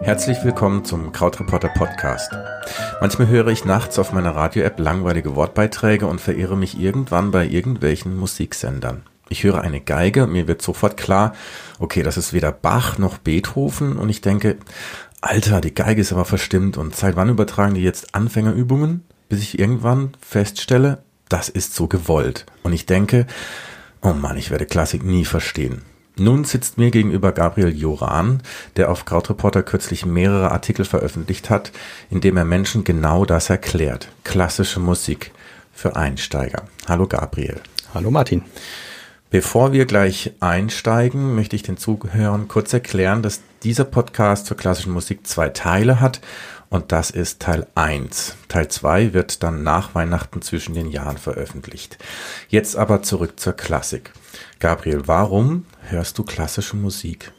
Herzlich willkommen zum Krautreporter Podcast. Manchmal höre ich nachts auf meiner Radio-App langweilige Wortbeiträge und verirre mich irgendwann bei irgendwelchen Musiksendern. Ich höre eine Geige, mir wird sofort klar, okay, das ist weder Bach noch Beethoven und ich denke, Alter, die Geige ist aber verstimmt und seit wann übertragen die jetzt Anfängerübungen, bis ich irgendwann feststelle, das ist so gewollt. Und ich denke, oh Mann, ich werde Klassik nie verstehen. Nun sitzt mir gegenüber Gabriel Juran, der auf Krautreporter kürzlich mehrere Artikel veröffentlicht hat, in dem er Menschen genau das erklärt. Klassische Musik für Einsteiger. Hallo Gabriel. Hallo Martin. Bevor wir gleich einsteigen, möchte ich den Zuhörern kurz erklären, dass dieser Podcast zur klassischen Musik 2 Teile hat und das ist Teil 1. Teil 2 wird dann nach Weihnachten zwischen den Jahren veröffentlicht. Jetzt aber zurück zur Klassik. Gabriel, warum hörst du klassische Musik?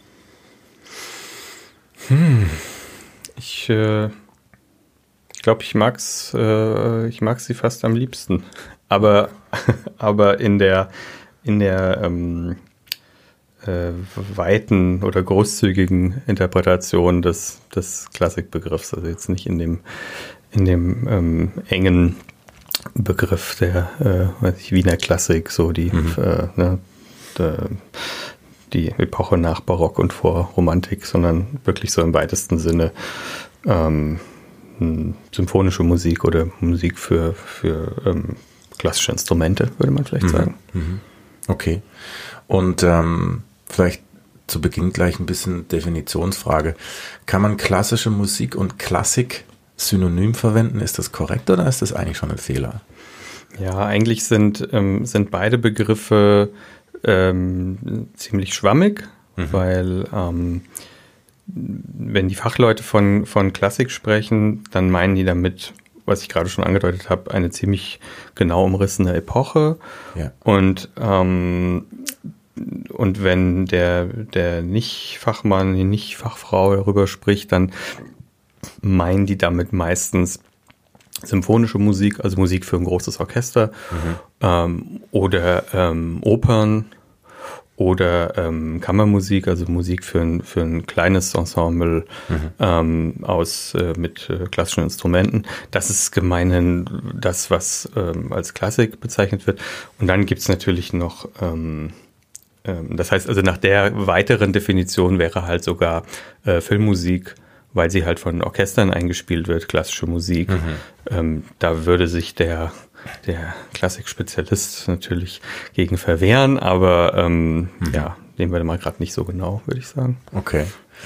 Ich glaube, ich mag sie fast am liebsten. Aber in der weiten oder großzügigen Interpretation des Klassikbegriffs, also jetzt nicht in dem engen Begriff der Wiener Klassik, so die Epoche nach Barock und vor Romantik, sondern wirklich so im weitesten Sinne symphonische Musik oder Musik für klassische Instrumente, würde man vielleicht sagen. Okay. Und vielleicht zu Beginn gleich ein bisschen Definitionsfrage. Kann man klassische Musik und Klassik synonym verwenden? Ist das korrekt oder ist das eigentlich schon ein Fehler? Ja, eigentlich sind beide Begriffe ziemlich schwammig, weil wenn die Fachleute von Klassik sprechen, dann meinen die damit, was ich gerade schon angedeutet habe, eine ziemlich genau umrissene Epoche. Ja. Und wenn der Nicht-Fachmann, die Nicht-Fachfrau darüber spricht, dann meinen die damit meistens symphonische Musik, also Musik für ein großes Orchester, oder Opern oder Kammermusik, also Musik für ein kleines Ensemble mit klassischen Instrumenten. Das ist gemeinhin das, was als Klassik bezeichnet wird. Und dann gibt es natürlich noch, das heißt, also nach der weiteren Definition wäre halt sogar Filmmusik, weil sie halt von Orchestern eingespielt wird, klassische Musik. Da würde sich der Klassik-Spezialist natürlich gegen verwehren, aber nehmen wir mal gerade nicht so genau, würde ich sagen. Okay.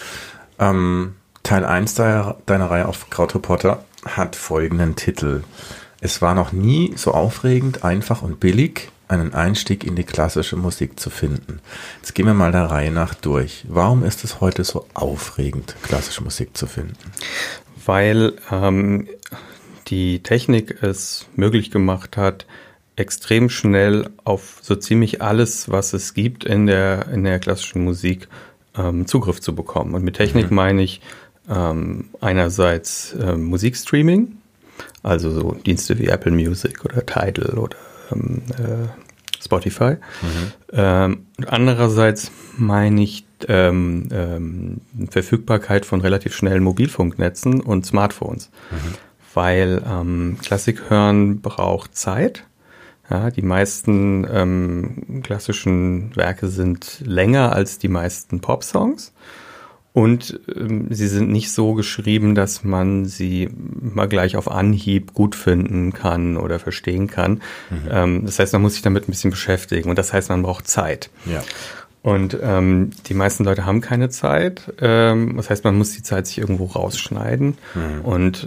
Teil 1 deiner Reihe auf Krautreporter hat folgenden Titel. Es war noch nie so aufregend, einfach und billig, einen Einstieg in die klassische Musik zu finden. Jetzt gehen wir mal der Reihe nach durch. Warum ist es heute so aufregend, klassische Musik zu finden? Weil die Technik es möglich gemacht hat, extrem schnell auf so ziemlich alles, was es gibt in der klassischen Musik, Zugriff zu bekommen. Und mit Technik meine ich einerseits Musikstreaming, also so Dienste wie Apple Music oder Tidal oder Spotify. Andererseits meine ich Verfügbarkeit von relativ schnellen Mobilfunknetzen und Smartphones. Weil Klassik hören braucht Zeit. Ja, die meisten klassischen Werke sind länger als die meisten Popsongs. Und sie sind nicht so geschrieben, dass man sie mal gleich auf Anhieb gut finden kann oder verstehen kann. Das heißt, man muss sich damit ein bisschen beschäftigen. Und das heißt, man braucht Zeit. Ja. Und die meisten Leute haben keine Zeit. Das heißt, man muss die Zeit sich irgendwo rausschneiden. Und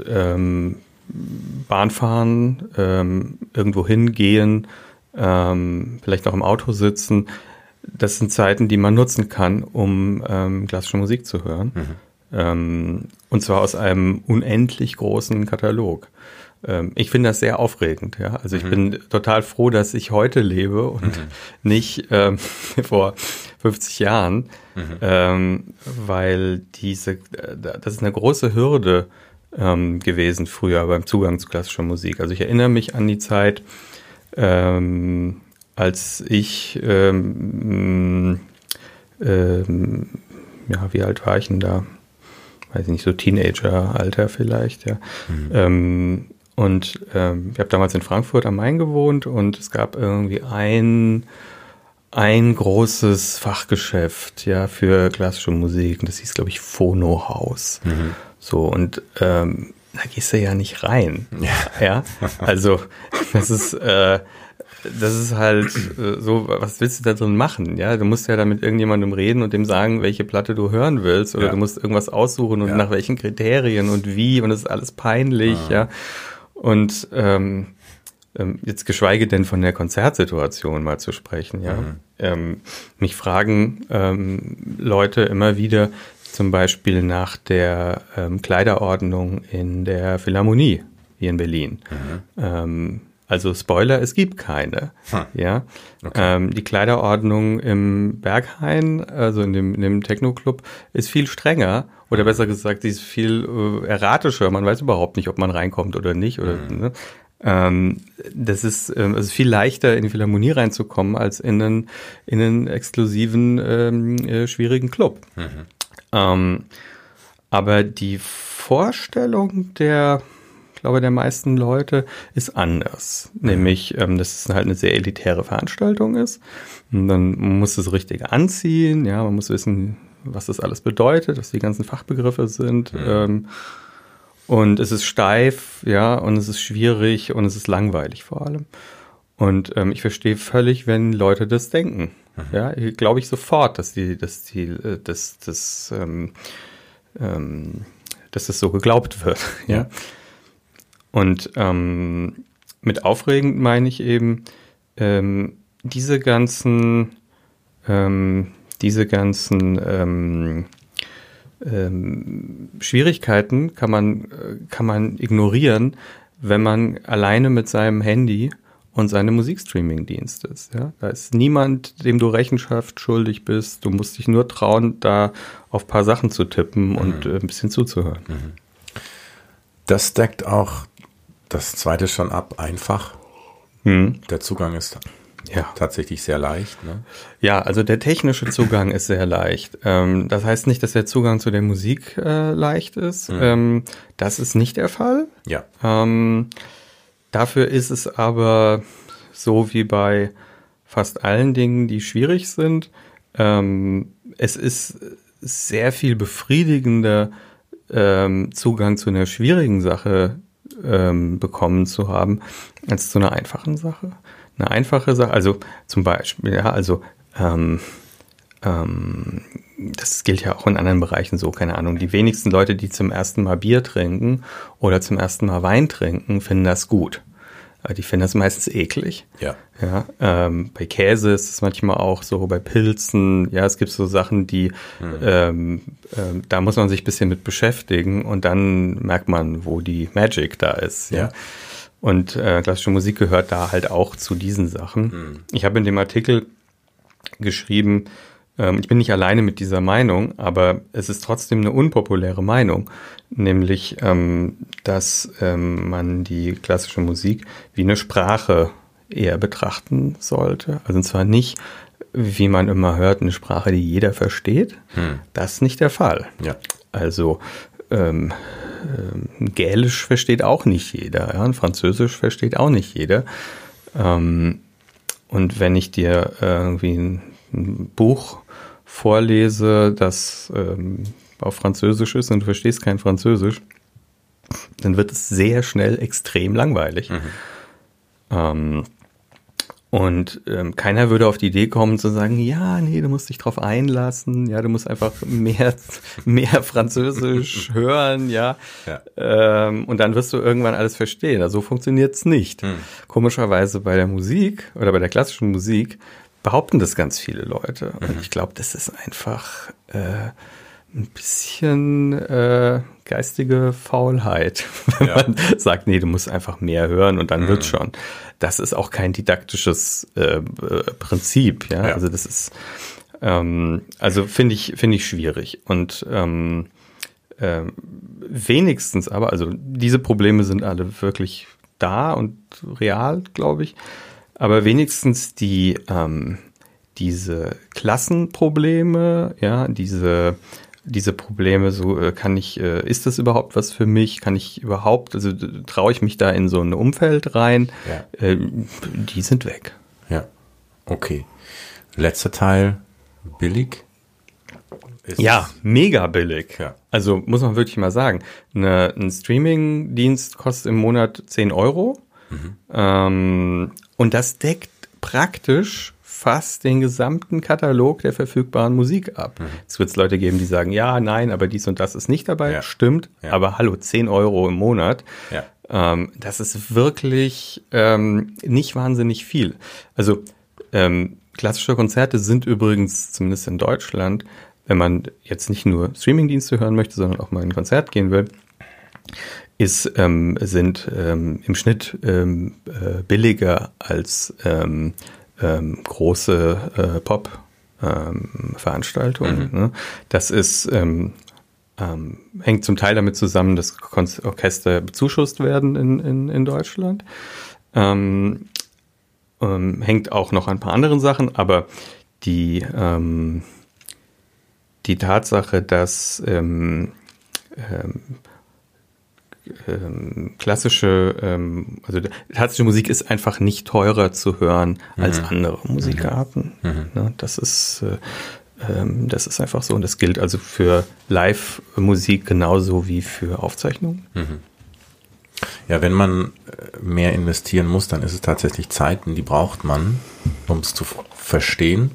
Bahnfahren, irgendwo hingehen, vielleicht noch im Auto sitzen. Das sind Zeiten, die man nutzen kann, um klassische Musik zu hören. Und zwar aus einem unendlich großen Katalog. Ich finde das sehr aufregend. Ja? Also ich bin total froh, dass ich heute lebe und nicht vor 50 Jahren, weil das ist eine große Hürde gewesen früher beim Zugang zu klassischer Musik. Also ich erinnere mich an die Zeit, als ich, wie alt war ich denn da? weiß ich nicht, so Teenager-Alter vielleicht, ja. Ich habe damals in Frankfurt am Main gewohnt und es gab irgendwie ein großes Fachgeschäft, ja, für klassische Musik. Und das hieß, glaube ich, Phono-Haus. So, und da gehst du ja nicht rein. Ja. Also, das ist halt so, was willst du da drin machen? Ja, du musst ja da mit irgendjemandem reden und dem sagen, welche Platte du hören willst. Oder du musst irgendwas aussuchen und nach welchen Kriterien und wie. Und das ist alles peinlich, ja. Und jetzt geschweige denn von der Konzertsituation mal zu sprechen, ja. Mich fragen Leute immer wieder zum Beispiel nach der Kleiderordnung in der Philharmonie hier in Berlin. Also Spoiler, es gibt keine. Ja, okay. Die Kleiderordnung im Berghain, also in dem Techno-Club, ist viel strenger. Oder besser gesagt, sie ist viel erratischer. Man weiß überhaupt nicht, ob man reinkommt oder nicht. Oder, ne? Das ist also viel leichter, in die Philharmonie reinzukommen, als in einen exklusiven, schwierigen Club. Aber die Vorstellung der meisten Leute ist anders. Nämlich, dass es halt eine sehr elitäre Veranstaltung ist. Und dann muss es richtig anziehen. Ja, man muss wissen, was das alles bedeutet, was die ganzen Fachbegriffe sind. Und es ist steif, ja, und es ist schwierig und es ist langweilig vor allem. Und ich verstehe völlig, wenn Leute das denken. Ja, glaube ich sofort, dass das so geglaubt wird. Ja. Und mit aufregend meine ich eben diese ganzen Schwierigkeiten kann man ignorieren, wenn man alleine mit seinem Handy und seinem Musikstreaming-Dienst ist. Ja? Da ist niemand, dem du Rechenschaft schuldig bist. Du musst dich nur trauen, da auf ein paar Sachen zu tippen und ein bisschen zuzuhören. Das deckt auch das zweite schon ab, einfach. Der Zugang ist tatsächlich sehr leicht. Ne? Ja, also der technische Zugang ist sehr leicht. Das heißt nicht, dass der Zugang zu der Musik leicht ist. Das ist nicht der Fall. Ja. Dafür ist es aber so wie bei fast allen Dingen, die schwierig sind. Es ist sehr viel befriedigender, Zugang zu einer schwierigen Sache bekommen zu haben, als zu einer einfachen Sache. Eine einfache Sache, also zum Beispiel, das gilt ja auch in anderen Bereichen so, keine Ahnung, die wenigsten Leute, die zum ersten Mal Bier trinken oder zum ersten Mal Wein trinken, finden das gut. Die finden das meistens eklig. Ja. Bei Käse ist es manchmal auch so, bei Pilzen, ja, es gibt so Sachen, die, da muss man sich ein bisschen mit beschäftigen und dann merkt man, wo die Magic da ist. Ja. Und klassische Musik gehört da halt auch zu diesen Sachen. Ich habe in dem Artikel geschrieben, ich bin nicht alleine mit dieser Meinung, aber es ist trotzdem eine unpopuläre Meinung, nämlich, dass man die klassische Musik wie eine Sprache eher betrachten sollte. Also und zwar nicht, wie man immer hört, eine Sprache, die jeder versteht. Das ist nicht der Fall. Ja. Also Gälisch versteht auch nicht jeder, ja? Und Französisch versteht auch nicht jeder. Und wenn ich dir irgendwie ein Buch vorlese, das auf Französisch ist und du verstehst kein Französisch, dann wird es sehr schnell extrem langweilig. Und keiner würde auf die Idee kommen zu sagen, ja, nee, du musst dich drauf einlassen, ja, du musst einfach mehr Französisch hören, ja. Und dann wirst du irgendwann alles verstehen. Also so funktioniert's nicht. Komischerweise bei der Musik oder bei der klassischen Musik behaupten das ganz viele Leute. Und ich glaube, das ist einfach ein bisschen geistige Faulheit, wenn man sagt, nee, du musst einfach mehr hören und dann wird's schon. Das ist auch kein didaktisches Prinzip, ja. Also das ist also finde ich schwierig. Und wenigstens aber, also diese Probleme sind alle wirklich da und real, glaube ich. Aber wenigstens diese Klassenprobleme, ja, diese diese Probleme, so ist das überhaupt was für mich? Kann ich überhaupt, also traue ich mich da in so ein Umfeld rein? Ja. Die sind weg. Ja, okay. Letzter Teil, billig? Ja, mega billig. Ja. Also muss man wirklich mal sagen, ein Streaming-Dienst kostet im Monat 10 Euro. Und das deckt praktisch fast den gesamten Katalog der verfügbaren Musik ab. Es wird Leute geben, die sagen, ja, nein, aber dies und das ist nicht dabei. Ja. Stimmt, Ja. aber hallo, 10 Euro im Monat. Ja. Das ist wirklich nicht wahnsinnig viel. Also klassische Konzerte sind übrigens, zumindest in Deutschland, wenn man jetzt nicht nur Streamingdienste hören möchte, sondern auch mal in ein Konzert gehen will, sind im Schnitt billiger als große Pop-Veranstaltungen. Ne? Das ist hängt zum Teil damit zusammen, dass Orchester bezuschusst werden in Deutschland. Hängt auch noch an ein paar anderen Sachen, aber die Tatsache, dass klassische Musik ist einfach nicht teurer zu hören als andere Musikarten. Ne, das ist einfach so und das gilt also für Live-Musik genauso wie für Aufzeichnungen. Ja, wenn man mehr investieren muss, dann ist es tatsächlich Zeiten, die braucht man, um es zu verstehen.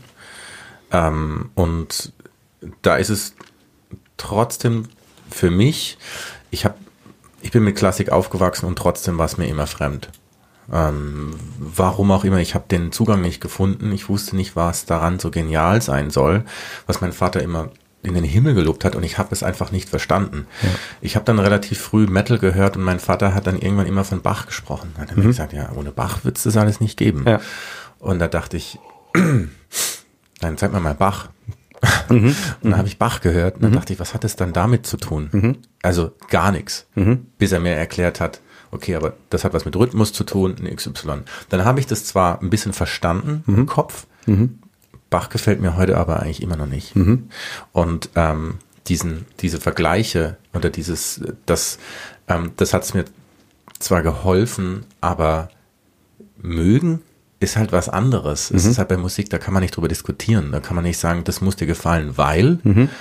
Und da ist es trotzdem für mich, ich bin mit Klassik aufgewachsen und trotzdem war es mir immer fremd. Warum auch immer, ich habe den Zugang nicht gefunden. Ich wusste nicht, was daran so genial sein soll, was mein Vater immer in den Himmel gelobt hat und ich habe es einfach nicht verstanden. Ja. Ich habe dann relativ früh Metal gehört und mein Vater hat dann irgendwann immer von Bach gesprochen. Hat er mir gesagt, ja, ohne Bach wird es das alles nicht geben. Ja. Und da dachte ich, dann zeig mir mal Bach. Und dann habe ich Bach gehört und dann dachte ich, was hat es dann damit zu tun? Also gar nichts, bis er mir erklärt hat, okay, aber das hat was mit Rhythmus zu tun, in XY. Dann habe ich das zwar ein bisschen verstanden im Kopf, Bach gefällt mir heute aber eigentlich immer noch nicht. Und diese Vergleiche oder das hat es mir zwar geholfen, aber mögen ist halt was anderes. Es ist halt bei Musik, da kann man nicht drüber diskutieren. Da kann man nicht sagen, das muss dir gefallen, weil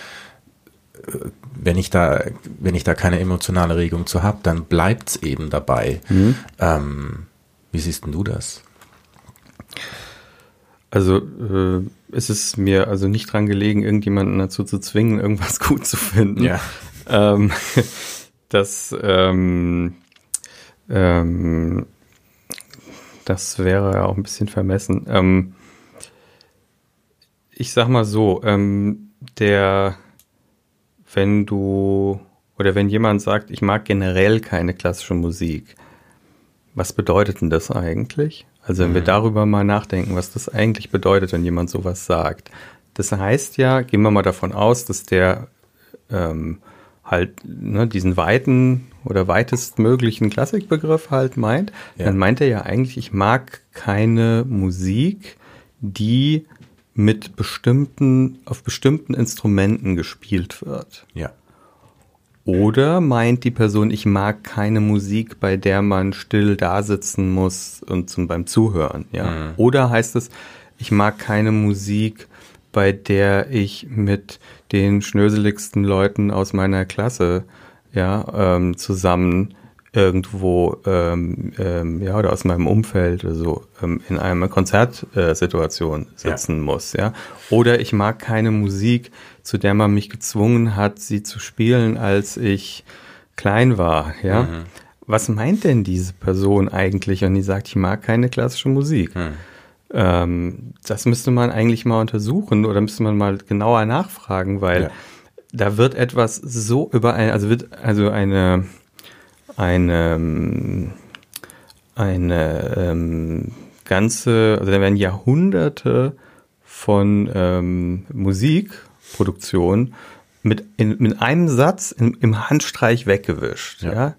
wenn ich da keine emotionale Regung zu habe, dann bleibt's eben dabei. Wie siehst denn du das? Also es ist mir also nicht dran gelegen, irgendjemanden dazu zu zwingen, irgendwas gut zu finden. Ja. Das wäre ja auch ein bisschen vermessen. Ich sag mal so, wenn jemand sagt, ich mag generell keine klassische Musik, was bedeutet denn das eigentlich? Also wenn wir darüber mal nachdenken, was das eigentlich bedeutet, wenn jemand sowas sagt. Das heißt ja, gehen wir mal davon aus, dass der diesen weiten oder weitestmöglichen Klassikbegriff halt meint, dann meint er ja eigentlich, ich mag keine Musik, die auf bestimmten Instrumenten gespielt wird. Ja. Oder meint die Person, ich mag keine Musik, bei der man still da sitzen muss und beim Zuhören, ja. Oder heißt es, ich mag keine Musik, bei der ich mit den schnöseligsten Leuten aus meiner Klasse zusammen irgendwo oder aus meinem Umfeld oder so in einer Konzertsituation sitzen muss, ja. Oder ich mag keine Musik, zu der man mich gezwungen hat, sie zu spielen, als ich klein war, ja. Was meint denn diese Person eigentlich, wenn die sagt, ich mag keine klassische Musik? Das müsste man eigentlich mal untersuchen oder müsste man mal genauer nachfragen, weil da wird etwas so eine ganze, also da werden Jahrhunderte von Musikproduktion mit einem Satz im Handstreich weggewischt. Ja.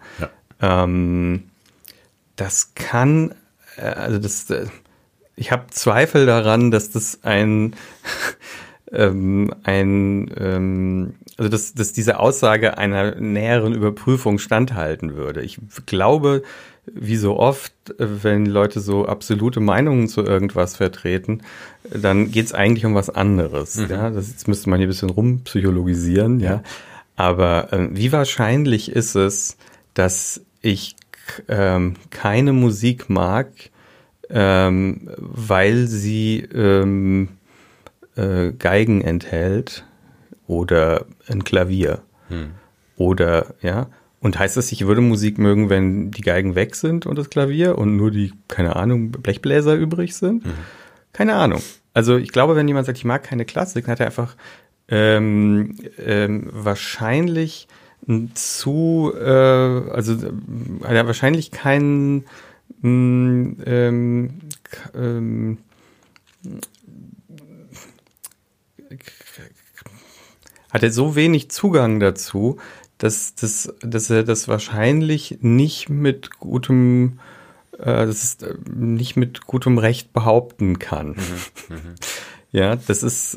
Das kann, ich habe Zweifel daran, dass das dass diese Aussage einer näheren Überprüfung standhalten würde. Ich glaube, wie so oft, wenn Leute so absolute Meinungen zu irgendwas vertreten, dann geht es eigentlich um was anderes. Ja, jetzt müsste man hier ein bisschen rumpsychologisieren. Ja. Aber wie wahrscheinlich ist es, dass ich keine Musik mag, weil sie Geigen enthält oder ein Klavier oder ja, und heißt das, ich würde Musik mögen, wenn die Geigen weg sind und das Klavier und nur die, keine Ahnung, Blechbläser übrig sind? Keine Ahnung. Also ich glaube, wenn jemand sagt, ich mag keine Klassik, dann hat er einfach wahrscheinlich hat er wahrscheinlich keinen hat er so wenig Zugang dazu, dass er das wahrscheinlich nicht mit gutem Recht behaupten kann. Ja, das ist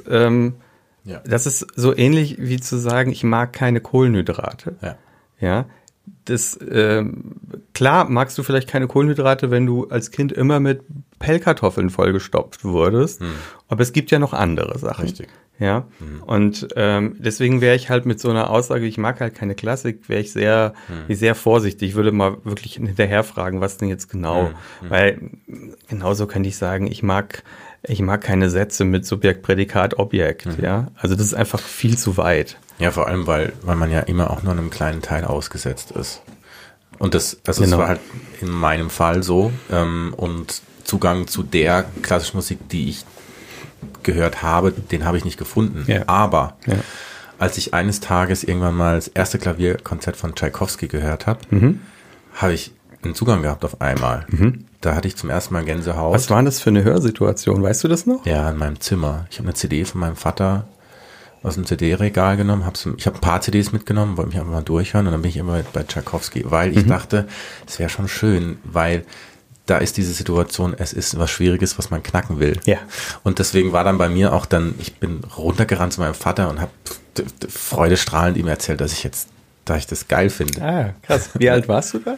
so ähnlich wie zu sagen, ich mag keine Kohlenhydrate. Ja, das klar magst du vielleicht keine Kohlenhydrate, wenn du als Kind immer mit Pellkartoffeln vollgestopft wurdest, aber es gibt ja noch andere Sachen. Richtig. Ja, und deswegen wäre ich halt mit so einer Aussage, ich mag halt keine Klassik, wäre ich sehr vorsichtig. Ich würde mal wirklich hinterher fragen, was denn jetzt genau, weil genauso könnte ich sagen, ich mag keine Sätze mit Subjekt, Prädikat, Objekt, ja. Also das ist einfach viel zu weit. Ja, vor allem, weil man ja immer auch nur einem kleinen Teil ausgesetzt ist. Und das Genau. Es war halt in meinem Fall so, und Zugang zu der klassischen Musik, die ich gehört habe, den habe ich nicht gefunden. Ja. Aber als ich eines Tages irgendwann mal das erste Klavierkonzert von Tschaikowski gehört habe, habe ich einen Zugang gehabt auf einmal. Da hatte ich zum ersten Mal Gänsehaut. Was war das für eine Hörsituation? Weißt du das noch? Ja, in meinem Zimmer. Ich habe eine CD von meinem Vater aus dem CD-Regal genommen. Ich habe ein paar CDs mitgenommen, wollte mich einfach mal durchhören und dann bin ich immer bei Tschaikowski, weil ich dachte, es wäre schon schön, weil da ist diese Situation, es ist was Schwieriges, was man knacken will. Ja. Und deswegen war dann bei mir auch ich bin runtergerannt zu meinem Vater und habe freudestrahlend ihm erzählt, dass ich das geil finde. Ah, krass. Wie alt warst du da?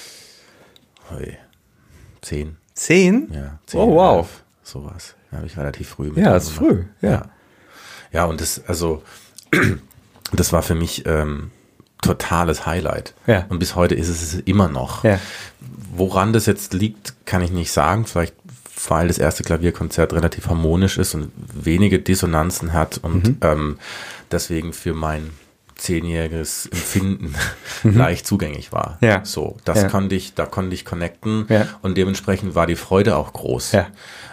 10. 10? Ja, 10. Oh, wow. 11, sowas. Da habe ich relativ früh mit. Ja, ist früh, ja. Ja, und das war für mich totales Highlight. Ja. Und bis heute ist es immer noch. Ja. Woran das jetzt liegt, kann ich nicht sagen. Vielleicht, weil das erste Klavierkonzert relativ harmonisch ist und wenige Dissonanzen hat und deswegen für mein 10-jähriges Empfinden leicht zugänglich war. Ja. So, da konnte ich connecten und dementsprechend war die Freude auch groß. Ja.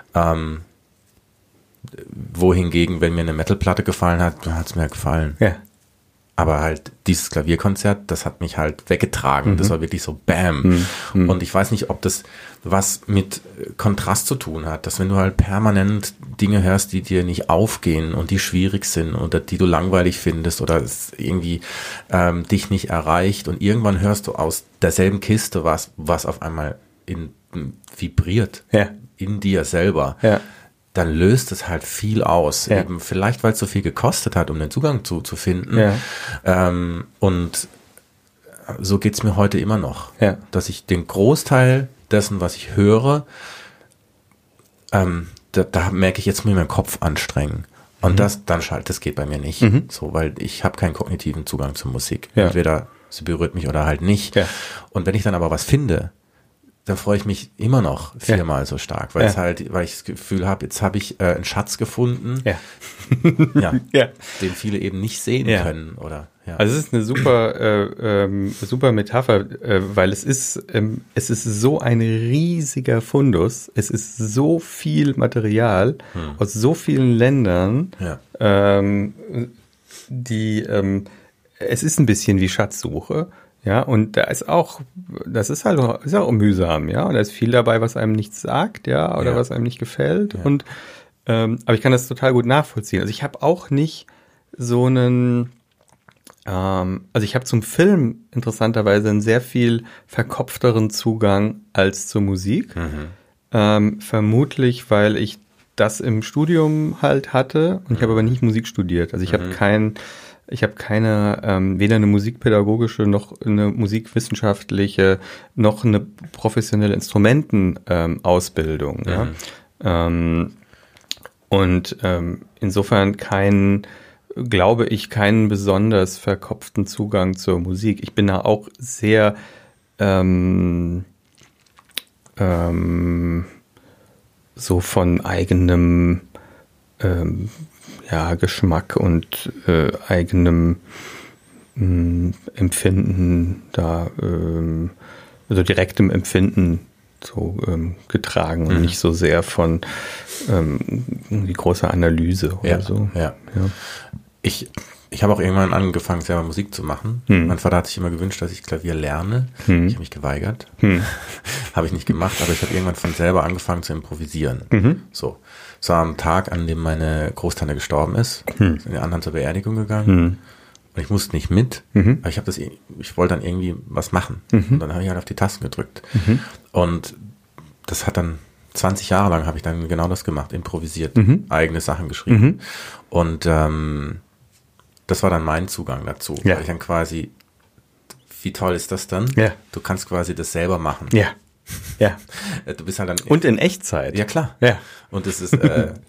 Wohingegen, wenn mir eine Metalplatte gefallen hat, dann hat es mir gefallen. Ja. Aber halt dieses Klavierkonzert, das hat mich halt weggetragen. Das war wirklich so BAM. Und ich weiß nicht, ob das was mit Kontrast zu tun hat, dass wenn du halt permanent Dinge hörst, die dir nicht aufgehen und die schwierig sind oder die du langweilig findest oder es irgendwie dich nicht erreicht und irgendwann hörst du aus derselben Kiste was auf einmal vibriert in dir selber. Ja. Dann löst es halt viel aus. Ja. Eben vielleicht, weil es so viel gekostet hat, um den Zugang zu finden. Ja. Und so geht's mir heute immer noch. Ja. Dass ich den Großteil dessen, was ich höre, da merke ich, jetzt muss ich meinen Kopf anstrengen. Und das geht bei mir nicht. So, weil ich habe keinen kognitiven Zugang zur Musik. Ja. Entweder sie berührt mich oder halt nicht. Ja. Und wenn ich dann aber was finde, dann freue ich mich immer noch viermal so stark, weil weil ich das Gefühl habe, jetzt habe ich einen Schatz gefunden, den viele eben nicht sehen können, oder? Ja. Also es ist eine super Metapher, weil es ist so ein riesiger Fundus, es ist so viel Material aus so vielen Ländern, es ist ein bisschen wie Schatzsuche. Ja, und das ist auch mühsam, ja, und da ist viel dabei, was einem nichts sagt, ja, oder was einem nicht gefällt, und aber ich kann das total gut nachvollziehen. Also ich habe auch nicht so einen, also ich habe zum Film interessanterweise einen sehr viel verkopfteren Zugang als zur Musik, vermutlich, weil ich das im Studium halt hatte und ich habe aber nicht Musik studiert. Also ich habe keine weder eine musikpädagogische noch eine musikwissenschaftliche noch eine professionelle Instrumentenausbildung. Ja? Insofern glaube ich, keinen besonders verkopften Zugang zur Musik. Ich bin da auch sehr so von eigenem Geschmack und eigenem Empfinden da, also direktem Empfinden so getragen und nicht so sehr von die große Analyse oder so. Ja. Ich habe auch irgendwann angefangen, selber Musik zu machen. Mein Vater hat sich immer gewünscht, dass ich Klavier lerne. Ich habe mich geweigert. Habe ich nicht gemacht, aber ich habe irgendwann von selber angefangen zu improvisieren. So. Es war am Tag, an dem meine Großtante gestorben ist. Sind die anderen zur Beerdigung gegangen. Und ich musste nicht mit, aber ich wollte dann irgendwie was machen. Und dann habe ich halt auf die Tasten gedrückt. Und das hat dann 20 Jahre lang habe ich dann genau das gemacht, improvisiert, eigene Sachen geschrieben. Und das war dann mein Zugang dazu. Ja. Weil ich dann quasi, wie toll ist das dann? Ja. Du kannst quasi das selber machen. Ja. Ja. Du bist halt dann... Und in Echtzeit. Ja, klar. Ja. Und es ist,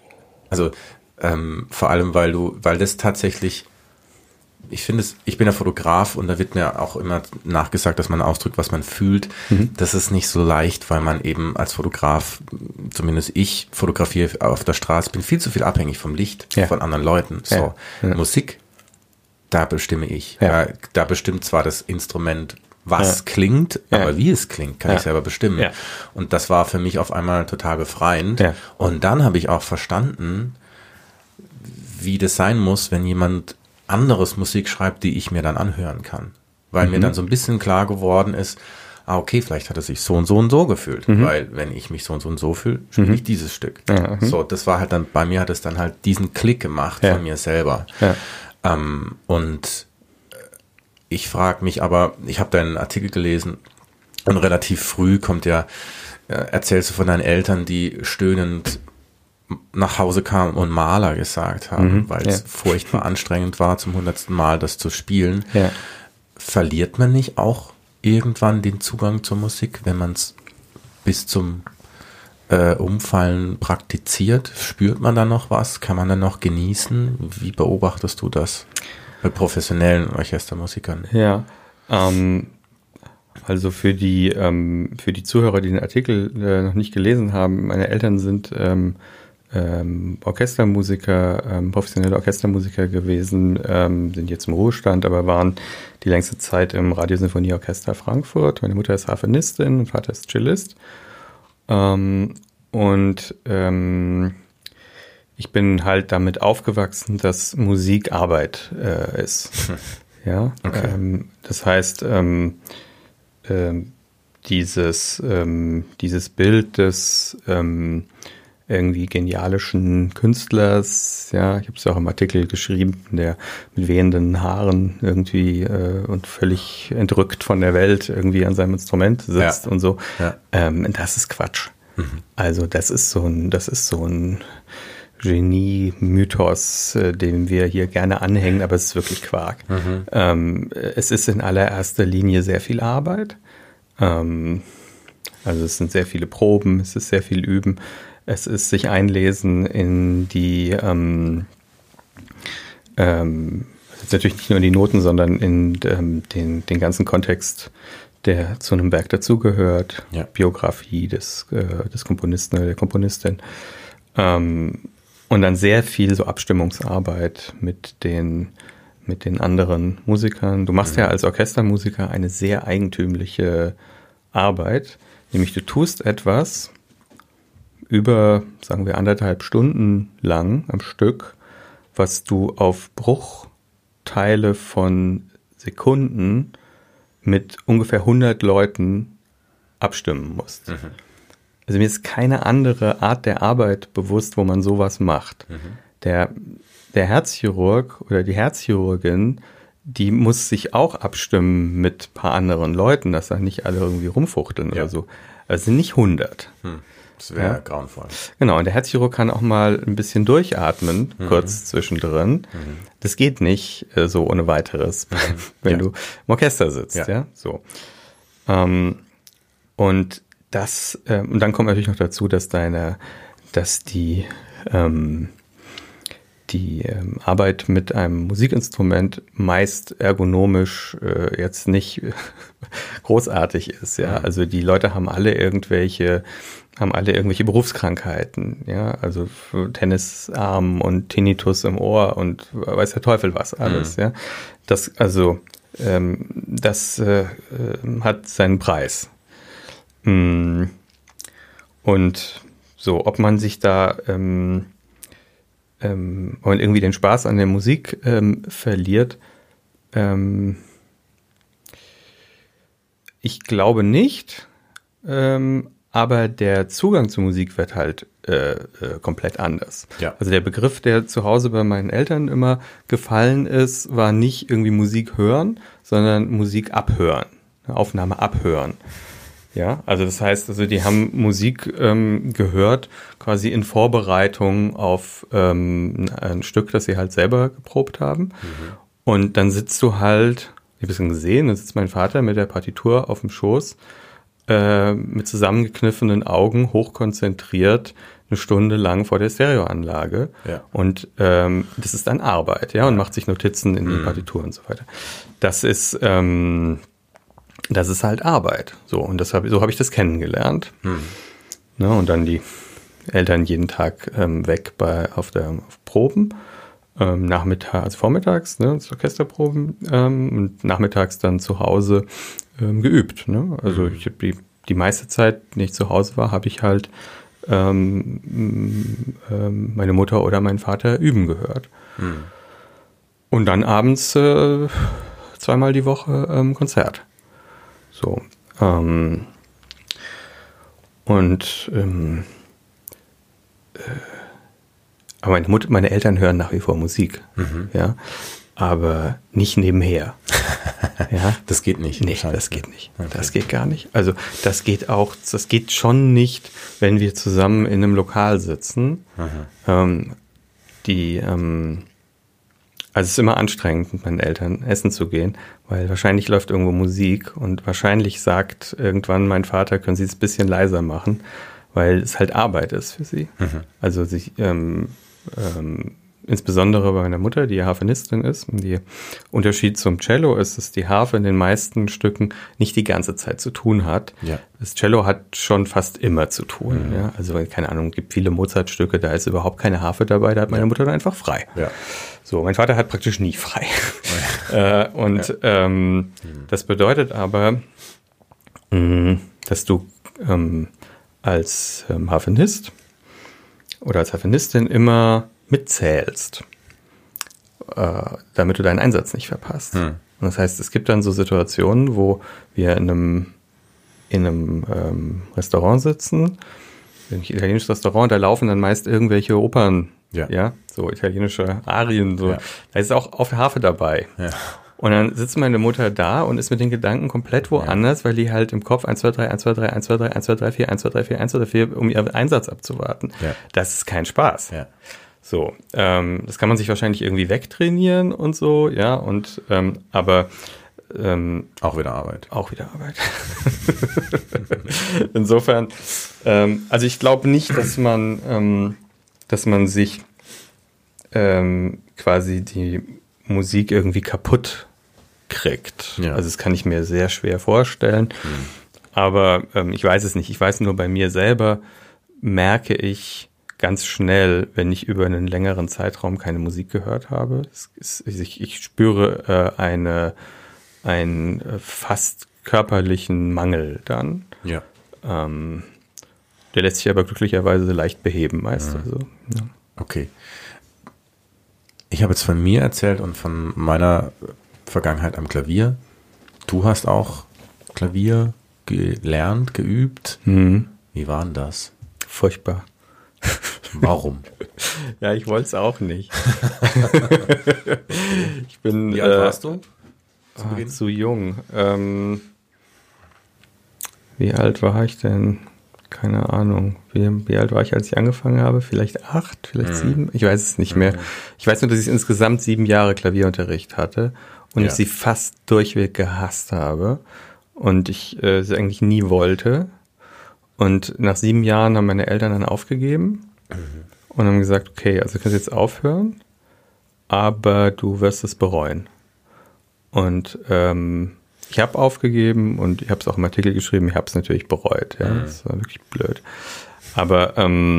vor allem, weil das tatsächlich, ich bin ja Fotograf und da wird mir auch immer nachgesagt, dass man ausdrückt, was man fühlt. Das ist nicht so leicht, weil man eben als Fotograf, zumindest ich fotografiere auf der Straße, bin viel zu viel abhängig vom Licht, von anderen Leuten. So, Musik, da bestimme ich. Ja. Da bestimmt zwar das Instrument, was klingt, aber wie es klingt, kann ich selber bestimmen. Ja. Und das war für mich auf einmal total befreiend. Ja. Und dann habe ich auch verstanden, wie das sein muss, wenn jemand anderes Musik schreibt, die ich mir dann anhören kann. Weil mir dann so ein bisschen klar geworden ist, okay, vielleicht hat er sich so und so und so gefühlt. Weil wenn ich mich so und so fühle, spiele ich dieses Stück. Ja, so, das war halt dann, bei mir hat es dann halt diesen Klick gemacht von mir selber. Ja. Und ich frage mich aber, ich habe deinen Artikel gelesen und relativ früh erzählst du von deinen Eltern, die stöhnend nach Hause kamen und Maler gesagt haben, weil es furchtbar anstrengend war, zum 100. Mal das zu spielen. Ja. Verliert man nicht auch irgendwann den Zugang zur Musik, wenn man es bis zum Umfallen praktiziert? Spürt man da noch was? Kann man dann noch genießen? Wie beobachtest du das bei professionellen Orchestermusikern? Ja, also für die Zuhörer, die den Artikel noch nicht gelesen haben, meine Eltern sind Orchestermusiker, professionelle Orchestermusiker gewesen, sind jetzt im Ruhestand, aber waren die längste Zeit im Radiosinfonieorchester Frankfurt. Meine Mutter ist Harfenistin und Vater ist Cellist. Ich bin halt damit aufgewachsen, dass Musik Arbeit ist. Ja, okay. Das heißt, dieses Bild des irgendwie genialischen Künstlers, ja, ich habe es ja auch im Artikel geschrieben, der mit wehenden Haaren irgendwie und völlig entrückt von der Welt irgendwie an seinem Instrument sitzt und so. Ja. Das ist Quatsch. Also das ist so ein Genie-Mythos, dem wir hier gerne anhängen, aber es ist wirklich Quark. Es ist in allererster Linie sehr viel Arbeit. Also es sind sehr viele Proben, es ist sehr viel Üben. Es ist sich einlesen in die, natürlich nicht nur in die Noten, sondern in den ganzen Kontext, der zu einem Werk dazugehört, Biografie des Komponisten oder der Komponistin. Und dann sehr viel so Abstimmungsarbeit mit den anderen Musikern. Du machst ja als Orchestermusiker eine sehr eigentümliche Arbeit, nämlich du tust etwas über, sagen wir, 1,5 Stunden lang am Stück, was du auf Bruchteile von Sekunden mit ungefähr 100 Leuten abstimmen musst. Also mir ist keine andere Art der Arbeit bewusst, wo man sowas macht. Der Herzchirurg oder die Herzchirurgin die muss sich auch abstimmen mit ein paar anderen Leuten, dass da nicht alle irgendwie rumfuchteln oder so. Es sind nicht 100. Das wäre grauenvoll. Genau, und der Herzchirurg kann auch mal ein bisschen durchatmen, kurz zwischendrin. Das geht nicht so ohne weiteres, wenn du im Orchester sitzt. Ja. So. Und dann kommt natürlich noch dazu, dass die Arbeit mit einem Musikinstrument meist ergonomisch jetzt nicht großartig ist. Ja, also die Leute haben alle irgendwelche Berufskrankheiten. Ja, also Tennisarm und Tinnitus im Ohr und weiß der Teufel was alles. Ja, das hat seinen Preis. Und so, ob man sich da und irgendwie den Spaß an der Musik verliert, ich glaube nicht, aber der Zugang zur Musik wird halt komplett anders. Ja. Also der Begriff, der zu Hause bei meinen Eltern immer gefallen ist, war nicht irgendwie Musik hören, sondern Musik abhören, Aufnahme abhören. Ja, also das heißt, die haben Musik gehört, quasi in Vorbereitung auf ein Stück, das sie halt selber geprobt haben. Und dann sitzt du halt, ich habe es gesehen, dann sitzt mein Vater mit der Partitur auf dem Schoß, mit zusammengekniffenen Augen, hochkonzentriert, eine Stunde lang vor der Stereoanlage. Ja. Und das ist dann Arbeit, ja, und macht sich Notizen in die Partitur und so weiter. Das ist halt Arbeit. So, und so habe ich das kennengelernt. Ne, und dann die Eltern jeden Tag weg auf Proben. Vormittags, ne, Orchesterproben, und nachmittags dann zu Hause geübt. Ne? Also ich habe die meiste Zeit, wenn ich zu Hause war, habe ich halt meine Mutter oder meinen Vater üben gehört. Und dann abends 2-mal die Woche Konzert. So. Aber meine Eltern hören nach wie vor Musik, ja, aber nicht nebenher. Ja, das geht nicht. Nee, das geht nicht. Okay. Das geht gar nicht. Also das geht schon nicht, wenn wir zusammen in einem Lokal sitzen. Also es ist immer anstrengend, mit meinen Eltern essen zu gehen, weil wahrscheinlich läuft irgendwo Musik und wahrscheinlich sagt irgendwann mein Vater, können Sie es ein bisschen leiser machen, weil es halt Arbeit ist für sie. Also insbesondere bei meiner Mutter, die Harfenistin ist. Der Unterschied zum Cello ist, dass die Harfe in den meisten Stücken nicht die ganze Zeit zu tun hat. Ja. Das Cello hat schon fast immer zu tun. Ja? Also keine Ahnung, es gibt viele Mozart-Stücke, da ist überhaupt keine Harfe dabei, da hat meine Mutter dann einfach frei. Ja. So, mein Vater hat praktisch nie frei. Das bedeutet aber, dass du als Harfenist oder als Harfenistin immer mitzählst, damit du deinen Einsatz nicht verpasst. Und das heißt, es gibt dann so Situationen, wo wir in einem Restaurant sitzen, ein italienisches Restaurant, da laufen dann meist irgendwelche Opern, ja so italienische Arien, so. Ja. Da ist auch auf der Harfe dabei. Ja. Und dann sitzt meine Mutter da und ist mit den Gedanken komplett woanders, weil die halt im Kopf 1, 2, 3, 1, 2, 3, 1, 2, 3, 1, 2, 3, 4, 1, 2, 3, 4, 1, 2, 3, 4, um ihren Einsatz abzuwarten. Ja. Das ist kein Spaß. Ja. So, das kann man sich wahrscheinlich irgendwie wegtrainieren und so, ja, und aber auch wieder Arbeit. Auch wieder Arbeit. Insofern, also ich glaube nicht, dass man sich quasi die Musik irgendwie kaputt kriegt. Ja. Also das kann ich mir sehr schwer vorstellen. Aber ich weiß es nicht. Ich weiß nur, bei mir selber merke ich ganz schnell, wenn ich über einen längeren Zeitraum keine Musik gehört habe. Ich spüre einen fast körperlichen Mangel dann. Ja. Der lässt sich aber glücklicherweise leicht beheben meist. Also, ja. Okay. Ich habe jetzt von mir erzählt und von meiner Vergangenheit am Klavier. Du hast auch Klavier gelernt, geübt. Wie war denn das? Furchtbar. Warum? Ja, ich wollte es auch nicht. Wie alt warst du? zu Beginn? Zu jung. Wie alt war ich denn? Keine Ahnung. Wie alt war ich, als ich angefangen habe? Vielleicht 8, vielleicht 7? Ich weiß es nicht mehr. Ich weiß nur, dass ich insgesamt 7 Jahre Klavierunterricht hatte und ich sie fast durchweg gehasst habe und ich sie eigentlich nie wollte. Und nach 7 Jahren haben meine Eltern dann aufgegeben und haben gesagt, okay, also du kannst jetzt aufhören, aber du wirst es bereuen. Und ich habe aufgegeben und ich habe es auch im Artikel geschrieben, ich habe es natürlich bereut. Ja, das war wirklich blöd. Aber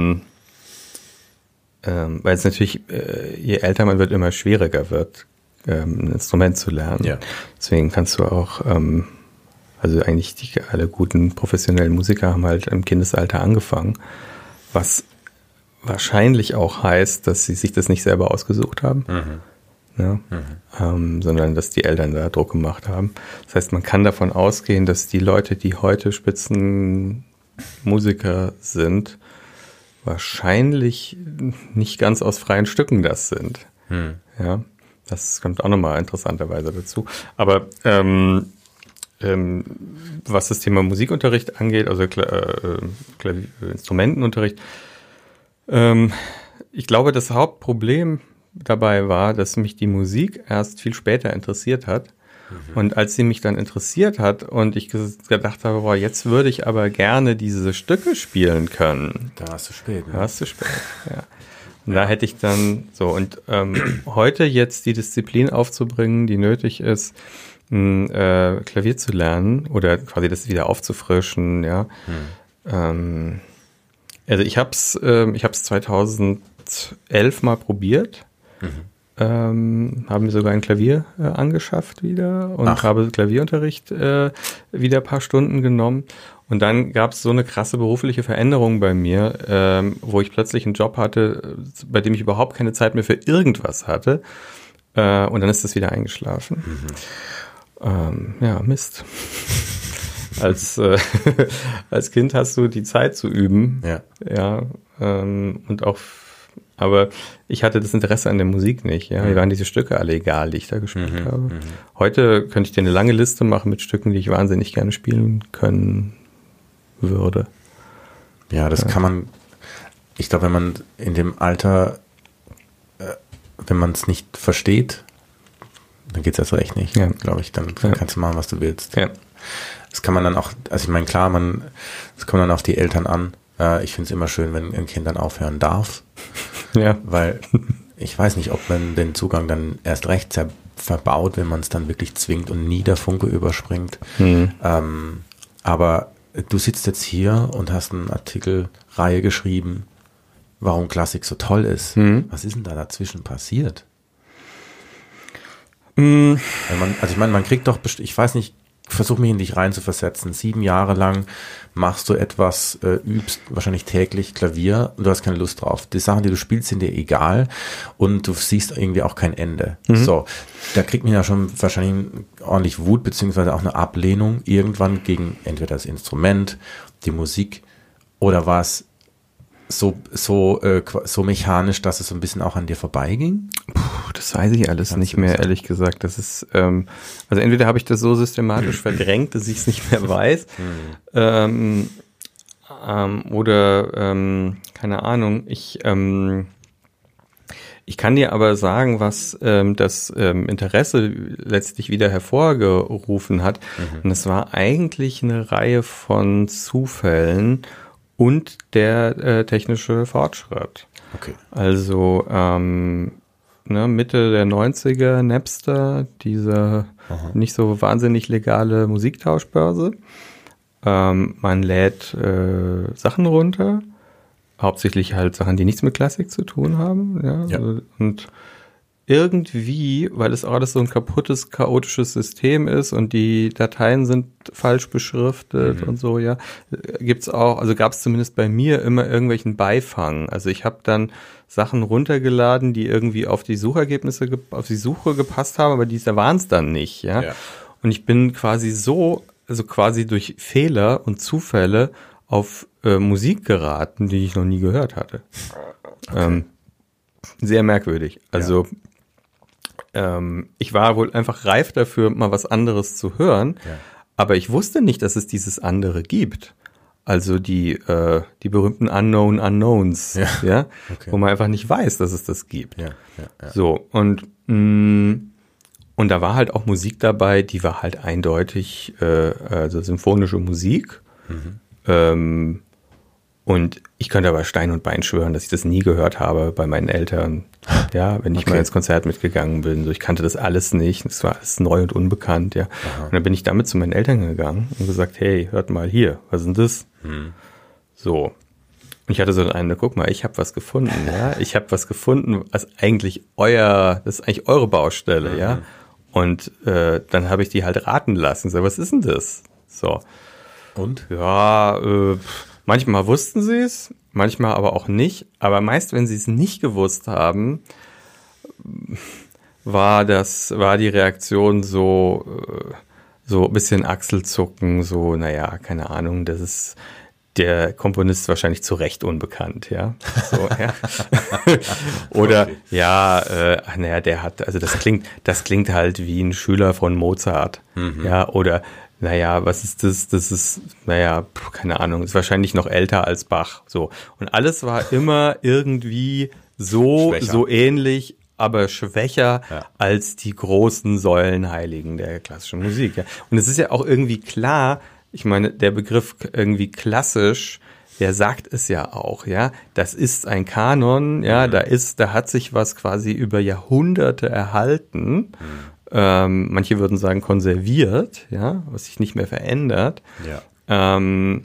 weil es natürlich, je älter man wird, immer schwieriger wird, ein Instrument zu lernen. Ja. Deswegen kannst du auch, also eigentlich alle guten professionellen Musiker haben halt im Kindesalter angefangen, was wahrscheinlich auch heißt, dass sie sich das nicht selber ausgesucht haben. Ja, sondern dass die Eltern da Druck gemacht haben. Das heißt, man kann davon ausgehen, dass die Leute, die heute Spitzenmusiker sind, wahrscheinlich nicht ganz aus freien Stücken das sind. Ja, das kommt auch nochmal interessanterweise dazu. Aber was das Thema Musikunterricht angeht, also Instrumentenunterricht, ich glaube, das Hauptproblem dabei war, dass mich die Musik erst viel später interessiert hat. Und als sie mich dann interessiert hat und ich gedacht habe, boah, jetzt würde ich aber gerne diese Stücke spielen können. Da warst du spät. Ne? Da warst du spät, ja. Und da hätte ich dann so, und heute jetzt die Disziplin aufzubringen, die nötig ist, Klavier zu lernen oder quasi das wieder aufzufrischen, ja. Also ich hab's 2011 mal probiert. Haben mir sogar ein Klavier angeschafft wieder und habe Klavierunterricht wieder ein paar Stunden genommen. Und dann gab es so eine krasse berufliche Veränderung bei mir, wo ich plötzlich einen Job hatte, bei dem ich überhaupt keine Zeit mehr für irgendwas hatte. Und dann ist das wieder eingeschlafen. Ja, Mist. Als Kind hast du die Zeit zu üben. Ja, und auch. Aber ich hatte das Interesse an der Musik nicht. Ja, mir waren diese Stücke alle egal, die ich da gespielt habe. Heute könnte ich dir eine lange Liste machen mit Stücken, die ich wahnsinnig gerne spielen können würde. Ja, das kann man. Ich glaube, wenn man in dem Alter, wenn man es nicht versteht, dann geht es erst recht nicht. Glaube ich. Dann kannst du machen, was du willst. Ja. Das kann man dann auch. Also ich meine, klar, das kommt dann auf die Eltern an. Ich finde es immer schön, wenn ein Kind dann aufhören darf. Ja. Weil ich weiß nicht, ob man den Zugang dann erst recht verbaut, wenn man es dann wirklich zwingt und nie der Funke überspringt. Aber du sitzt jetzt hier und hast eine Artikelreihe geschrieben, warum Klassik so toll ist. Was ist denn da dazwischen passiert? Man kriegt doch, ich weiß nicht, versuch mich in dich rein zu versetzen. 7 Jahre lang machst du etwas, übst wahrscheinlich täglich Klavier und du hast keine Lust drauf. Die Sachen, die du spielst, sind dir egal und du siehst irgendwie auch kein Ende. So, da kriegt man ja schon wahrscheinlich ordentlich Wut beziehungsweise auch eine Ablehnung irgendwann gegen entweder das Instrument, die Musik oder war es so mechanisch, dass es so ein bisschen auch an dir vorbeiging? Das weiß ich alles nicht mehr, ehrlich gesagt. Das ist, also entweder habe ich das so systematisch verdrängt, dass ich es nicht mehr weiß, oder keine Ahnung. Ich kann dir aber sagen, was das Interesse letztlich wieder hervorgerufen hat. Und es war eigentlich eine Reihe von Zufällen und der technische Fortschritt. Okay. Also Mitte der 90er, Napster, diese nicht so wahnsinnig legale Musiktauschbörse. Man lädt Sachen runter, hauptsächlich halt Sachen, die nichts mit Klassik zu tun haben. Ja. Und irgendwie, weil es auch alles so ein kaputtes, chaotisches System ist und die Dateien sind falsch beschriftet und so, ja, gab es zumindest bei mir immer irgendwelchen Beifang. Also ich habe dann Sachen runtergeladen, die irgendwie auf die Suchergebnisse, auf die Suche gepasst haben, aber da waren es dann nicht, ja. Und ich bin quasi quasi durch Fehler und Zufälle auf Musik geraten, die ich noch nie gehört hatte. Okay. Sehr merkwürdig. Also ich war wohl einfach reif dafür, mal was anderes zu hören, Ja. aber ich wusste nicht, dass es dieses andere gibt. Also die berühmten Unknown Unknowns, ja, Okay. wo man einfach nicht weiß, dass es das gibt. Ja. So, und da war halt auch Musik dabei, die war halt eindeutig, also symphonische Musik. Und ich könnte aber Stein und Bein schwören, dass ich das nie gehört habe bei meinen Eltern. Ja, wenn ich mal ins Konzert mitgegangen bin. So, ich kannte das alles nicht. Das war alles neu und unbekannt, ja. Und dann bin ich damit zu meinen Eltern gegangen und gesagt, hey, hört mal hier, was ist denn das? So. Und ich hatte so den Eindruck, guck mal, ich habe was gefunden, ja. Ich habe was gefunden, was eigentlich das ist eigentlich eure Baustelle, ja. Und dann habe ich die halt raten lassen. So, was ist denn das? So. Und? Ja, manchmal wussten sie es, manchmal aber auch nicht. Aber meist, wenn sie es nicht gewusst haben, war die Reaktion so ein bisschen Achselzucken, so, naja, keine Ahnung, das ist der Komponist wahrscheinlich zu Recht unbekannt, ja. So, ja. Oder, Okay. naja, das klingt halt wie ein Schüler von Mozart, ja, oder, naja, was ist das? Das ist, naja, keine Ahnung, ist wahrscheinlich noch älter als Bach, so. Und alles war immer irgendwie so ähnlich, aber schwächer als die großen Säulenheiligen der klassischen Musik, ja. Und es ist ja auch irgendwie klar, ich meine, der Begriff irgendwie klassisch, der sagt es ja auch, ja. Das ist ein Kanon, ja, da hat sich was quasi über Jahrhunderte erhalten. Manche würden sagen konserviert, ja, was sich nicht mehr verändert. Ja.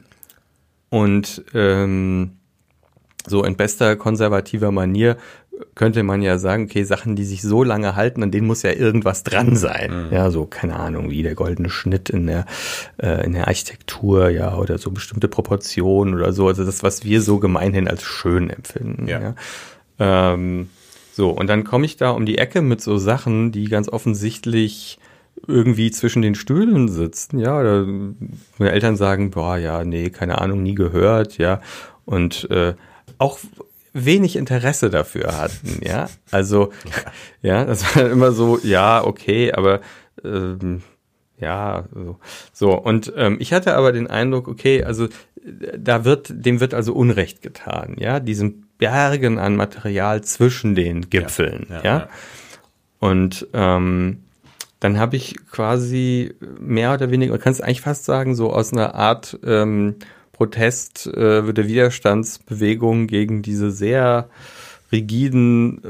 So in bester konservativer Manier könnte man ja sagen, okay, Sachen, die sich so lange halten, an denen muss ja irgendwas dran sein. Ja, so, keine Ahnung, wie der goldene Schnitt in der Architektur, ja, oder so bestimmte Proportionen oder so. Also das, was wir so gemeinhin als schön empfinden. Ja. So, und dann komme ich da um die Ecke mit so Sachen, die ganz offensichtlich irgendwie zwischen den Stühlen sitzen, ja, oder meine Eltern sagen, boah, ja, nee, keine Ahnung, nie gehört, ja, und auch wenig Interesse dafür hatten, ja, also, ja, das war immer so, ja, okay, aber, ja, so, und ich hatte aber den Eindruck, okay, also, dem wird also Unrecht getan, ja, diesem Bergen an Material zwischen den Gipfeln, ja. Und dann habe ich quasi mehr oder weniger, man kann es eigentlich fast sagen, so aus einer Art Protest der Widerstandsbewegung gegen diese sehr rigiden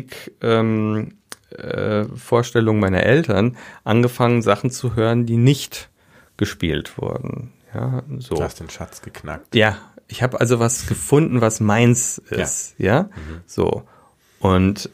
Musikvorstellungen meiner Eltern angefangen, Sachen zu hören, die nicht gespielt wurden. Ja, so. Du hast den Schatz geknackt. Ja, ich habe also was gefunden, was meins ist, ja, so. Und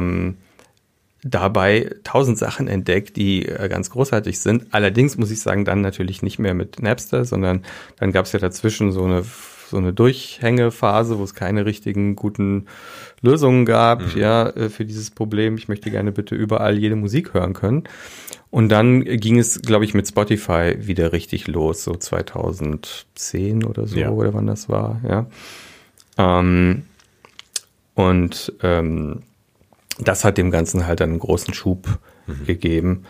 dabei 1000 Sachen entdeckt, die ganz großartig sind. Allerdings muss ich sagen, dann natürlich nicht mehr mit Napster, sondern dann gab es ja dazwischen so eine Durchhängephase, wo es keine richtigen guten Lösungen gab, für dieses Problem. Ich möchte gerne bitte überall jede Musik hören können. Und dann ging es, glaube ich, mit Spotify wieder richtig los, so 2010 oder so, oder wann das war, ja. Das hat dem Ganzen halt einen großen Schub gegeben.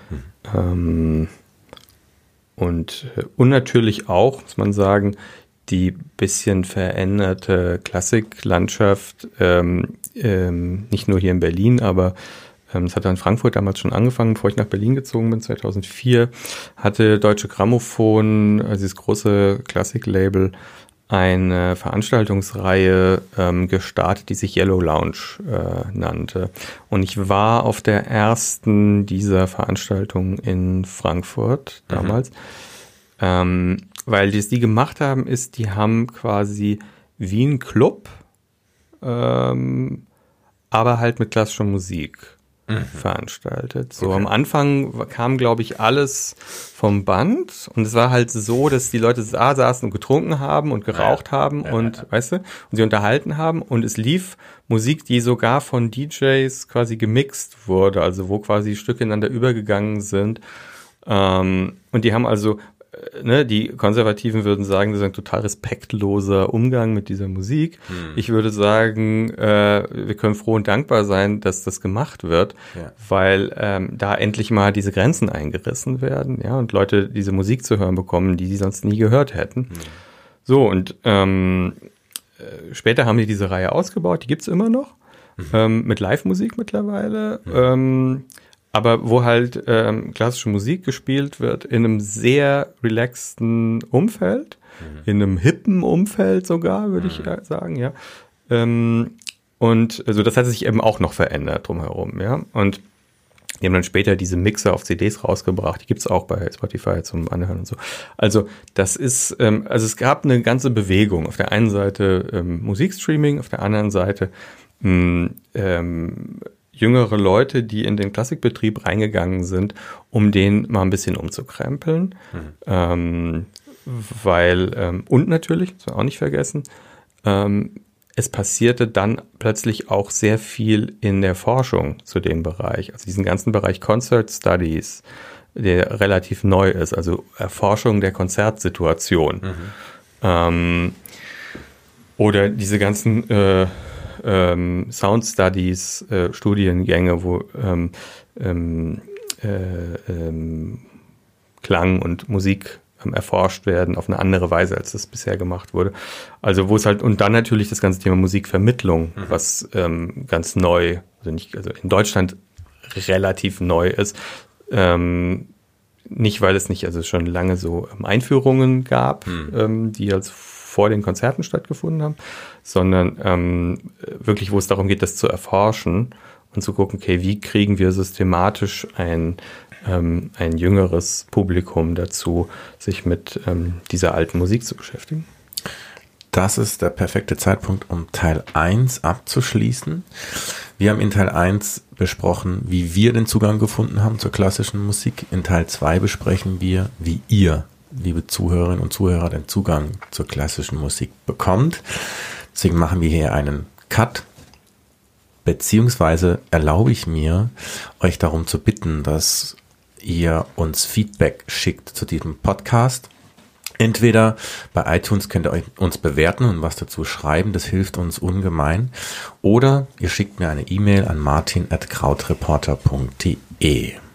Und natürlich auch, muss man sagen, die bisschen veränderte Klassiklandschaft, nicht nur hier in Berlin, aber das hat in Frankfurt damals schon angefangen, bevor ich nach Berlin gezogen bin, 2004, hatte Deutsche Grammophon, also dieses große Klassiklabel, eine Veranstaltungsreihe gestartet, die sich Yellow Lounge nannte. Und ich war auf der ersten dieser Veranstaltungen in Frankfurt damals. Weil die gemacht haben, die haben quasi wie ein Club, aber halt mit klassischer Musik veranstaltet. So, am Anfang kam, glaube ich, alles vom Band und es war halt so, dass die Leute da saßen und getrunken haben und geraucht haben und, weißt du, und sie unterhalten haben und es lief Musik, die sogar von DJs quasi gemixt wurde, also wo quasi Stücke ineinander übergegangen sind. Und die haben also die Konservativen würden sagen, das ist ein total respektloser Umgang mit dieser Musik. Ich würde sagen, wir können froh und dankbar sein, dass das gemacht wird, weil da endlich mal diese Grenzen eingerissen werden, ja, und Leute diese Musik zu hören bekommen, die sie sonst nie gehört hätten. So, und später haben die diese Reihe ausgebaut, die gibt's immer noch, mit Live-Musik mittlerweile, aber wo halt klassische Musik gespielt wird in einem sehr relaxten Umfeld, in einem hippen Umfeld sogar, würde ich sagen, ja. Und also das hat sich eben auch noch verändert drumherum, ja. Und die haben dann später diese Mixer auf CDs rausgebracht, die gibt's auch bei Spotify zum Anhören und so. Also das ist, also es gab eine ganze Bewegung. Auf der einen Seite Musikstreaming, auf der anderen Seite jüngere Leute, die in den Klassikbetrieb reingegangen sind, um den mal ein bisschen umzukrempeln. Weil, und natürlich, das wir auch nicht vergessen, es passierte dann plötzlich auch sehr viel in der Forschung zu dem Bereich, also diesen ganzen Bereich Concert Studies, der relativ neu ist, also Erforschung der Konzertsituation. Oder diese ganzen Sound Studies, Studiengänge, wo Klang und Musik erforscht werden auf eine andere Weise, als das bisher gemacht wurde. Also wo es halt, und dann natürlich das ganze Thema Musikvermittlung, was ganz neu, also in Deutschland relativ neu ist. Nicht, weil es nicht, also schon lange so Einführungen gab, die als vor den Konzerten stattgefunden haben, sondern wirklich, wo es darum geht, das zu erforschen und zu gucken, okay, wie kriegen wir systematisch ein jüngeres Publikum dazu, sich mit dieser alten Musik zu beschäftigen. Das ist der perfekte Zeitpunkt, um Teil 1 abzuschließen. Wir haben in Teil 1 besprochen, wie wir den Zugang gefunden haben zur klassischen Musik. In Teil 2 besprechen wir, wie ihr, liebe Zuhörerinnen und Zuhörer, den Zugang zur klassischen Musik bekommt. Deswegen machen wir hier einen Cut, beziehungsweise erlaube ich mir, euch darum zu bitten, dass ihr uns Feedback schickt zu diesem Podcast. Entweder bei iTunes könnt ihr uns bewerten und was dazu schreiben, das hilft uns ungemein. Oder ihr schickt mir eine E-Mail an martin@krautreporter.de.